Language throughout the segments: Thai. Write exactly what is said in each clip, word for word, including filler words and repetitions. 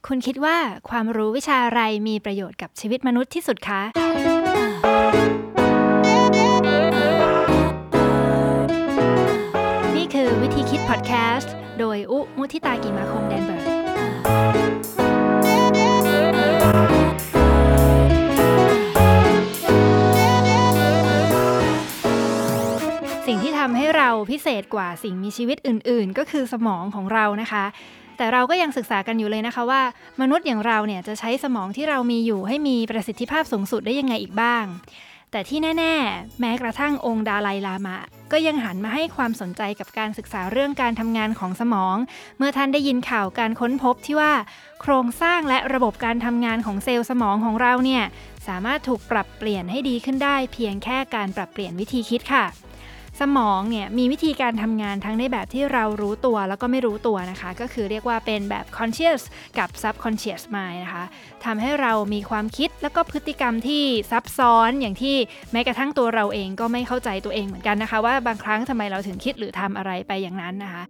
คุณคิดว่าความรู้วิชาอะไรมีประโยชน์กับชีวิตมนุษย์ที่สุดคะนี่คือวิธีคิดพอดแคสต์โดยอุมุทิตากิมาคมแดนเบิร์กสิ่งที่ทำให้เราพิเศษกว่าสิ่งมีชีวิตอื่นๆก็คือสมองของเรานะคะแต่เราก็ยังศึกษากันอยู่เลยนะคะว่ามนุษย์อย่างเราเนี่ยจะใช้สมองที่เรามีอยู่ให้มีประสิทธิภาพสูงสุดได้ยังไงอีกบ้างแต่ที่แน่ๆแม้กระทั่งองค์ดาไลลามะก็ยังหันมาให้ความสนใจกับการศึกษาเรื่องการทำงานของสมองเมื่อท่านได้ยินข่าวการค้นพบที่ว่าโครงสร้างและระบบการทำงานของเซลล์สมองของเราเนี่ยสามารถถูกปรับเปลี่ยนให้ดีขึ้นได้เพียงแค่การปรับเปลี่ยนวิธีคิดค่ะสมองเนี่ยมีวิธีการทำงานทั้งในแบบที่เรารู้ตัวแล้วก็ไม่รู้ตัวนะคะก็คือเรียกว่าเป็นแบบ conscious กับ subconscious mind นะคะทำให้เรามีความคิดแล้วก็พฤติกรรมที่ซับซ้อนอย่างที่แม้กระทั่งตัวเราเองก็ไม่เข้าใจตัวเองเหมือนกันนะคะว่าบางครั้งทำไมเราถึงคิดหรือทำอะไรไปอย่างนั้นนะคะ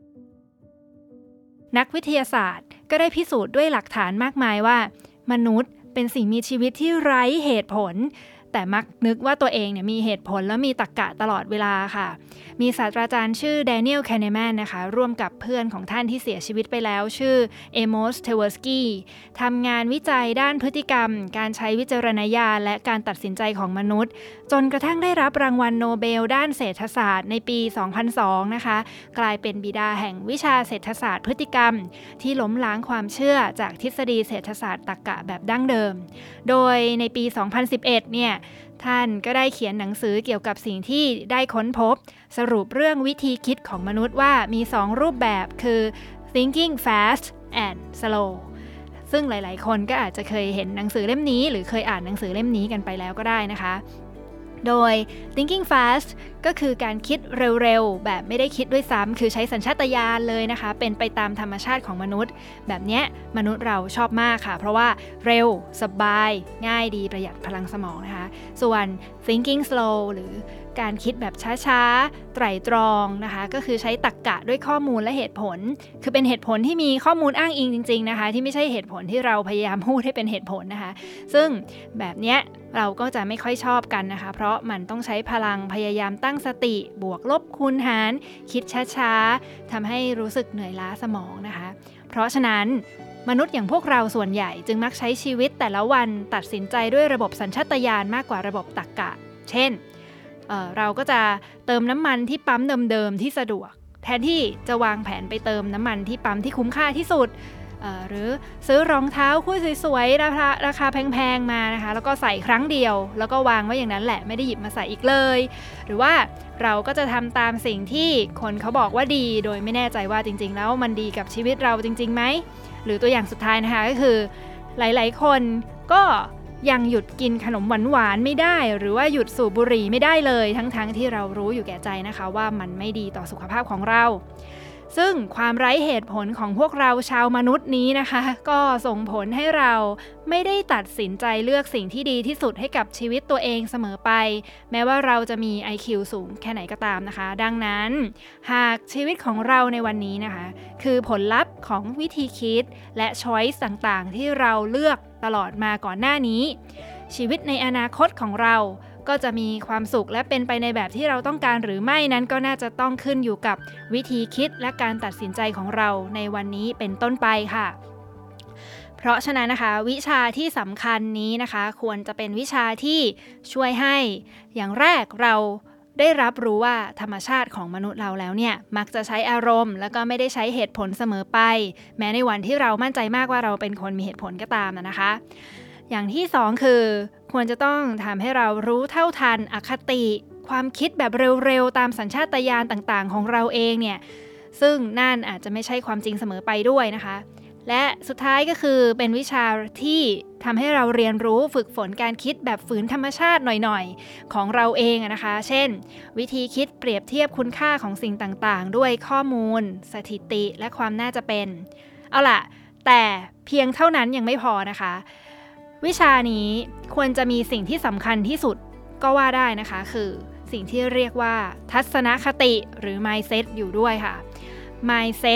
นักวิทยาศาสตร์ก็ได้พิสูจน์ด้วยหลักฐานมากมายว่ามนุษย์เป็นสิ่งมีชีวิตที่ไร้เหตุผลแต่มักนึกว่าตัวเองเนี่ยมีเหตุผลและมีตรรกะตลอดเวลาค่ะมีศาสตราจารย์ชื่อแดเนียล แคนเนแมนนะคะร่วมกับเพื่อนของท่านที่เสียชีวิตไปแล้วชื่อเอโมส เทเวอร์สกี้ทำงานวิจัยด้านพฤติกรรมการใช้วิจารณญาณและการตัดสินใจของมนุษย์จนกระทั่งได้รับรางวัลโนเบลด้านเศรษฐศาสตร์ในปี สองพันสอง นะคะกลายเป็นบิดาแห่งวิชาเศรษฐศาสตร์พฤติกรรมที่ล้มล้างความเชื่อจากทฤษฎีเศรษฐศาสตร์ตรรกะแบบดั้งเดิมโดยในปี สองพันสิบเอ็ด เนี่ยท่านก็ได้เขียนหนังสือเกี่ยวกับสิ่งที่ได้ค้นพบสรุปเรื่องวิธีคิดของมนุษย์ว่ามีสองรูปแบบคือ thinking fast and slow ซึ่งหลายๆคนก็อาจจะเคยเห็นหนังสือเล่มนี้หรือเคยอ่านหนังสือเล่มนี้กันไปแล้วก็ได้นะคะโดย thinking fast ก็คือการคิดเร็วๆแบบไม่ได้คิดด้วยซ้ำคือใช้สัญชาตญาณเลยนะคะเป็นไปตามธรรมชาติของมนุษย์แบบนี้มนุษย์เราชอบมากค่ะเพราะว่าเร็วสบายง่ายดีประหยัดพลังสมองนะคะส่วน thinking slow หรือการคิดแบบช้าๆไตร่ตรองนะคะก็คือใช้ตรรกะด้วยข้อมูลและเหตุผลคือเป็นเหตุผลที่มีข้อมูลอ้างอิงจริงๆนะคะที่ไม่ใช่เหตุผลที่เราพยายามพูดให้เป็นเหตุผลนะคะซึ่งแบบเนี้ยเราก็จะไม่ค่อยชอบกันนะคะเพราะมันต้องใช้พลังพยายามตั้งสติบวกลบคูณหารคิดช้าๆทำให้รู้สึกเหนื่อยล้าสมองนะคะเพราะฉะนั้นมนุษย์อย่างพวกเราส่วนใหญ่จึงมักใช้ชีวิตแต่ละวันตัดสินใจด้วยระบบสัญชาตญาณมากกว่าระบบตรรกะเช่นเอ่อเราก็จะเติมน้ำมันที่ปั๊มเดิมๆที่สะดวกแทนที่จะวางแผนไปเติมน้ำมันที่ปั๊มที่คุ้มค่าที่สุดหรือซื้อรองเท้าคู่สวยๆราคาราคาแพงๆมานะคะแล้วก็ใส่ครั้งเดียวแล้วก็วางไว้อย่างนั้นแหละไม่ได้หยิบมาใส่อีกเลยหรือว่าเราก็จะทำตามสิ่งที่คนเขาบอกว่าดีโดยไม่แน่ใจว่าจริงๆแล้วมันดีกับชีวิตเราจริงๆไหมหรือตัวอย่างสุดท้ายนะคะก็คือหลายๆคนก็ยังหยุดกินขนมหวานๆไม่ได้หรือว่าหยุดสูบบุหรี่ไม่ได้เลยทั้งๆที่เรารู้อยู่แก่ใจนะคะว่ามันไม่ดีต่อสุขภาพของเราซึ่งความไร้เหตุผลของพวกเราชาวมนุษย์นี้นะคะก็ส่งผลให้เราไม่ได้ตัดสินใจเลือกสิ่งที่ดีที่สุดให้กับชีวิตตัวเองเสมอไปแม้ว่าเราจะมี ไอ คิว สูงแค่ไหนก็ตามนะคะดังนั้นหากชีวิตของเราในวันนี้นะคะคือผลลัพธ์ของวิธีคิดและ choice ต่างๆที่เราเลือกตลอดมาก่อนหน้านี้ชีวิตในอนาคตของเราก็จะมีความสุขและเป็นไปในแบบที่เราต้องการหรือไม่นั้นก็น่าจะต้องขึ้นอยู่กับวิธีคิดและการตัดสินใจของเราในวันนี้เป็นต้นไปค่ะเพราะฉะนั้นนะคะวิชาที่สำคัญนี้นะคะควรจะเป็นวิชาที่ช่วยให้อย่างแรกเราได้รับรู้ว่าธรรมชาติของมนุษย์เราแล้วเนี่ยมักจะใช้อารมณ์แล้วก็ไม่ได้ใช้เหตุผลเสมอไปแม้ในวันที่เรามั่นใจมากว่าเราเป็นคนมีเหตุผลก็ตามนะคะอย่างที่สองคือควรจะต้องทำให้เรารู้เท่าทันอคติความคิดแบบเร็วๆตามสัญชาตญาณต่างๆของเราเองเนี่ยซึ่งนั่นอาจจะไม่ใช่ความจริงเสมอไปด้วยนะคะและสุดท้ายก็คือเป็นวิชาที่ทำให้เราเรียนรู้ฝึกฝนการคิดแบบฝืนธรรมชาติหน่อยๆของเราเองนะคะเช่นวิธีคิดเปรียบเทียบคุณค่าของสิ่งต่างๆด้วยข้อมูลสถิติและความน่าจะเป็นเอาล่ะแต่เพียงเท่านั้นยังไม่พอนะคะวิชานี้ควรจะมีสิ่งที่สำคัญที่สุดก็ว่าได้นะคะคือสิ่งที่เรียกว่าทัศนคติหรือ mindset อยู่ด้วยค่ะ mindset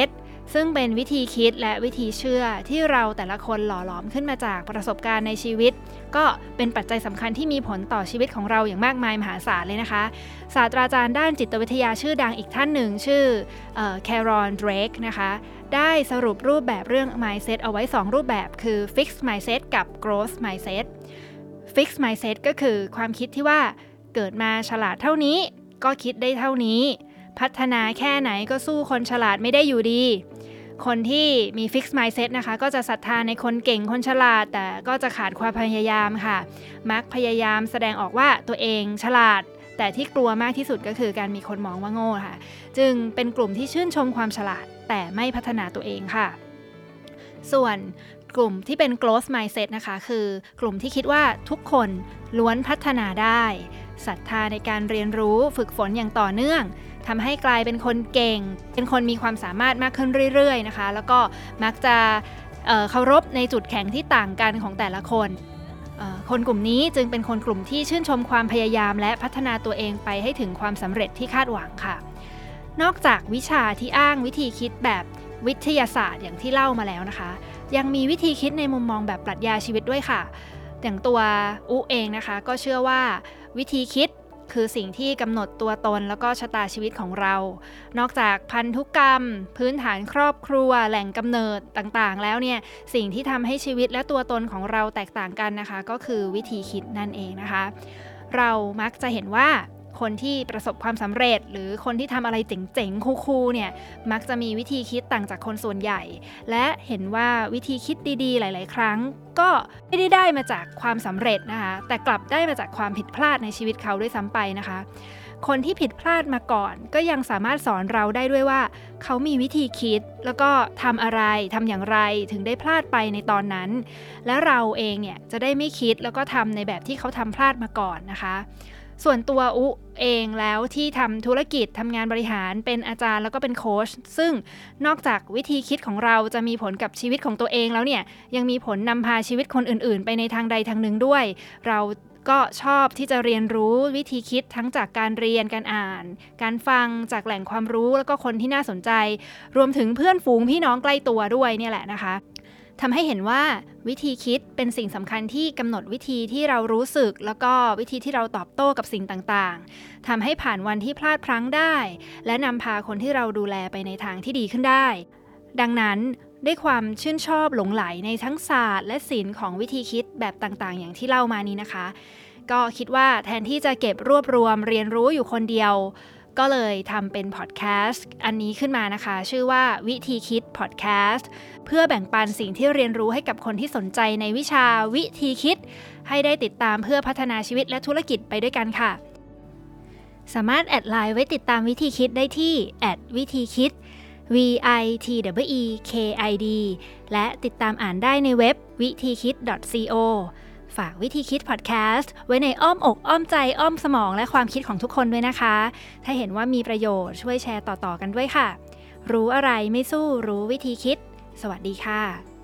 ซึ่งเป็นวิธีคิดและวิธีเชื่อที่เราแต่ละคนหล่อหลอมขึ้นมาจากประสบการณ์ในชีวิตก็เป็นปัจจัยสำคัญที่มีผลต่อชีวิตของเราอย่างมากมายมหาศาลเลยนะคะศาสตราจารย์ด้านจิตวิทยาชื่อดังอีกท่านหนึ่งชื่อแครอน เดรกนะคะได้สรุปรูปแบบเรื่อง mindset เอาไว้สองรูปแบบคือ fixed mindset กับ growth mindset fixed mindset ก็คือความคิดที่ว่าเกิดมาฉลาดเท่านี้ก็คิดได้เท่านี้พัฒนาแค่ไหนก็สู้คนฉลาดไม่ได้อยู่ดีคนที่มี fixed mindset นะคะก็จะศรัทธาในคนเก่งคนฉลาดแต่ก็จะขาดความพยายามค่ะมักพยายามแสดงออกว่าตัวเองฉลาดแต่ที่กลัวมากที่สุดก็คือการมีคนมองว่าโง่ค่ะจึงเป็นกลุ่มที่ชื่นชมความฉลาดแต่ไม่พัฒนาตัวเองค่ะส่วนกลุ่มที่เป็น growth mindset นะคะคือกลุ่มที่คิดว่าทุกคนล้วนพัฒนาได้ศรัทธาในการเรียนรู้ฝึกฝนอย่างต่อเนื่องทำให้กลายเป็นคนเก่งเป็นคนมีความสามารถมากขึ้นเรื่อยๆนะคะแล้วก็มักจะเอ่อเคารพในจุดแข็งที่ต่างกันของแต่ละคนเอ่อคนกลุ่มนี้จึงเป็นคนกลุ่มที่ชื่นชมความพยายามและพัฒนาตัวเองไปให้ถึงความสำเร็จที่คาดหวังค่ะนอกจากวิชาที่อ้างวิธีคิดแบบวิทยาศาสตร์อย่างที่เล่ามาแล้วนะคะยังมีวิธีคิดในมุมมองแบบปรัชญาชีวิตด้วยค่ะอย่างตัวอุเองนะคะก็เชื่อว่าวิธีคิดคือสิ่งที่กำหนดตัวตนแล้วก็ชะตาชีวิตของเรานอกจากพันธุกรรมพื้นฐานครอบครัวแหล่งกำเนิดต่างๆแล้วเนี่ยสิ่งที่ทำให้ชีวิตและตัวตนของเราแตกต่างกันนะคะก็คือวิธีคิดนั่นเองนะคะเรามักจะเห็นว่าคนที่ประสบความสำเร็จหรือคนที่ทำอะไรเจ๋งๆคูลๆเนี่ยมักจะมีวิธีคิดต่างจากคนส่วนใหญ่และเห็นว่าวิธีคิดดีๆหลายๆครั้งก็ไม่ได้ได้มาจากความสำเร็จนะคะแต่กลับได้มาจากความผิดพลาดในชีวิตเขาด้วยซ้ำไปนะคะคนที่ผิดพลาดมาก่อนก็ยังสามารถสอนเราได้ด้วยว่าเขามีวิธีคิดแล้วก็ทำอะไรทำอย่างไรถึงได้พลาดไปในตอนนั้นและเราเองเนี่ยจะได้ไม่คิดแล้วก็ทำในแบบที่เขาทำพลาดมาก่อนนะคะส่วนตัวอุเองแล้วที่ทำธุรกิจทำงานบริหารเป็นอาจารย์แล้วก็เป็นโค้ชซึ่งนอกจากวิธีคิดของเราจะมีผลกับชีวิตของตัวเองแล้วเนี่ยยังมีผลนำพาชีวิตคนอื่นๆไปในทางใดทางหนึ่งด้วยเราก็ชอบที่จะเรียนรู้วิธีคิดทั้งจากการเรียนการอ่านการฟังจากแหล่งความรู้แล้วก็คนที่น่าสนใจรวมถึงเพื่อนฝูงพี่น้องใกล้ตัวด้วยเนี่ยแหละนะคะทำให้เห็นว่าวิธีคิดเป็นสิ่งสำคัญที่กำหนดวิธีที่เรารู้สึกแล้วก็วิธีที่เราตอบโต้กับสิ่งต่างๆทำให้ผ่านวันที่พลาดพลั้งได้และนำพาคนที่เราดูแลไปในทางที่ดีขึ้นได้ดังนั้นด้วยความชื่นชอบหลงไหลในทั้งศาสตร์และศิลป์ของวิธีคิดแบบต่างๆอย่างที่เล่ามานี้นะคะก็คิดว่าแทนที่จะเก็บรวบรวมเรียนรู้อยู่คนเดียวก็เลยทำเป็นพอดแคสต์อันนี้ขึ้นมานะคะชื่อว่าวิธีคิดพอดแคสต์เพื่อแบ่งปันสิ่งที่เรียนรู้ให้กับคนที่สนใจในวิชาวิธีคิดให้ได้ติดตามเพื่อพัฒนาชีวิตและธุรกิจไปด้วยกันค่ะสามารถแอดไลน์ไว้ติดตามวิธีคิดได้ที่ แอท วิธีคิด วี ไอ ที ดับเบิลยู อี เค ไอ ดี และติดตามอ่านได้ในเว็บวิธีคิด ดอท ซี โอฝากวิธีคิดพอดแคสต์ไว้ในอ้อมอกอ้อมใจอ้อมสมองและความคิดของทุกคนด้วยนะคะถ้าเห็นว่ามีประโยชน์ช่วยแชร์ต่อๆกันด้วยค่ะรู้อะไรไม่สู้รู้วิธีคิดสวัสดีค่ะ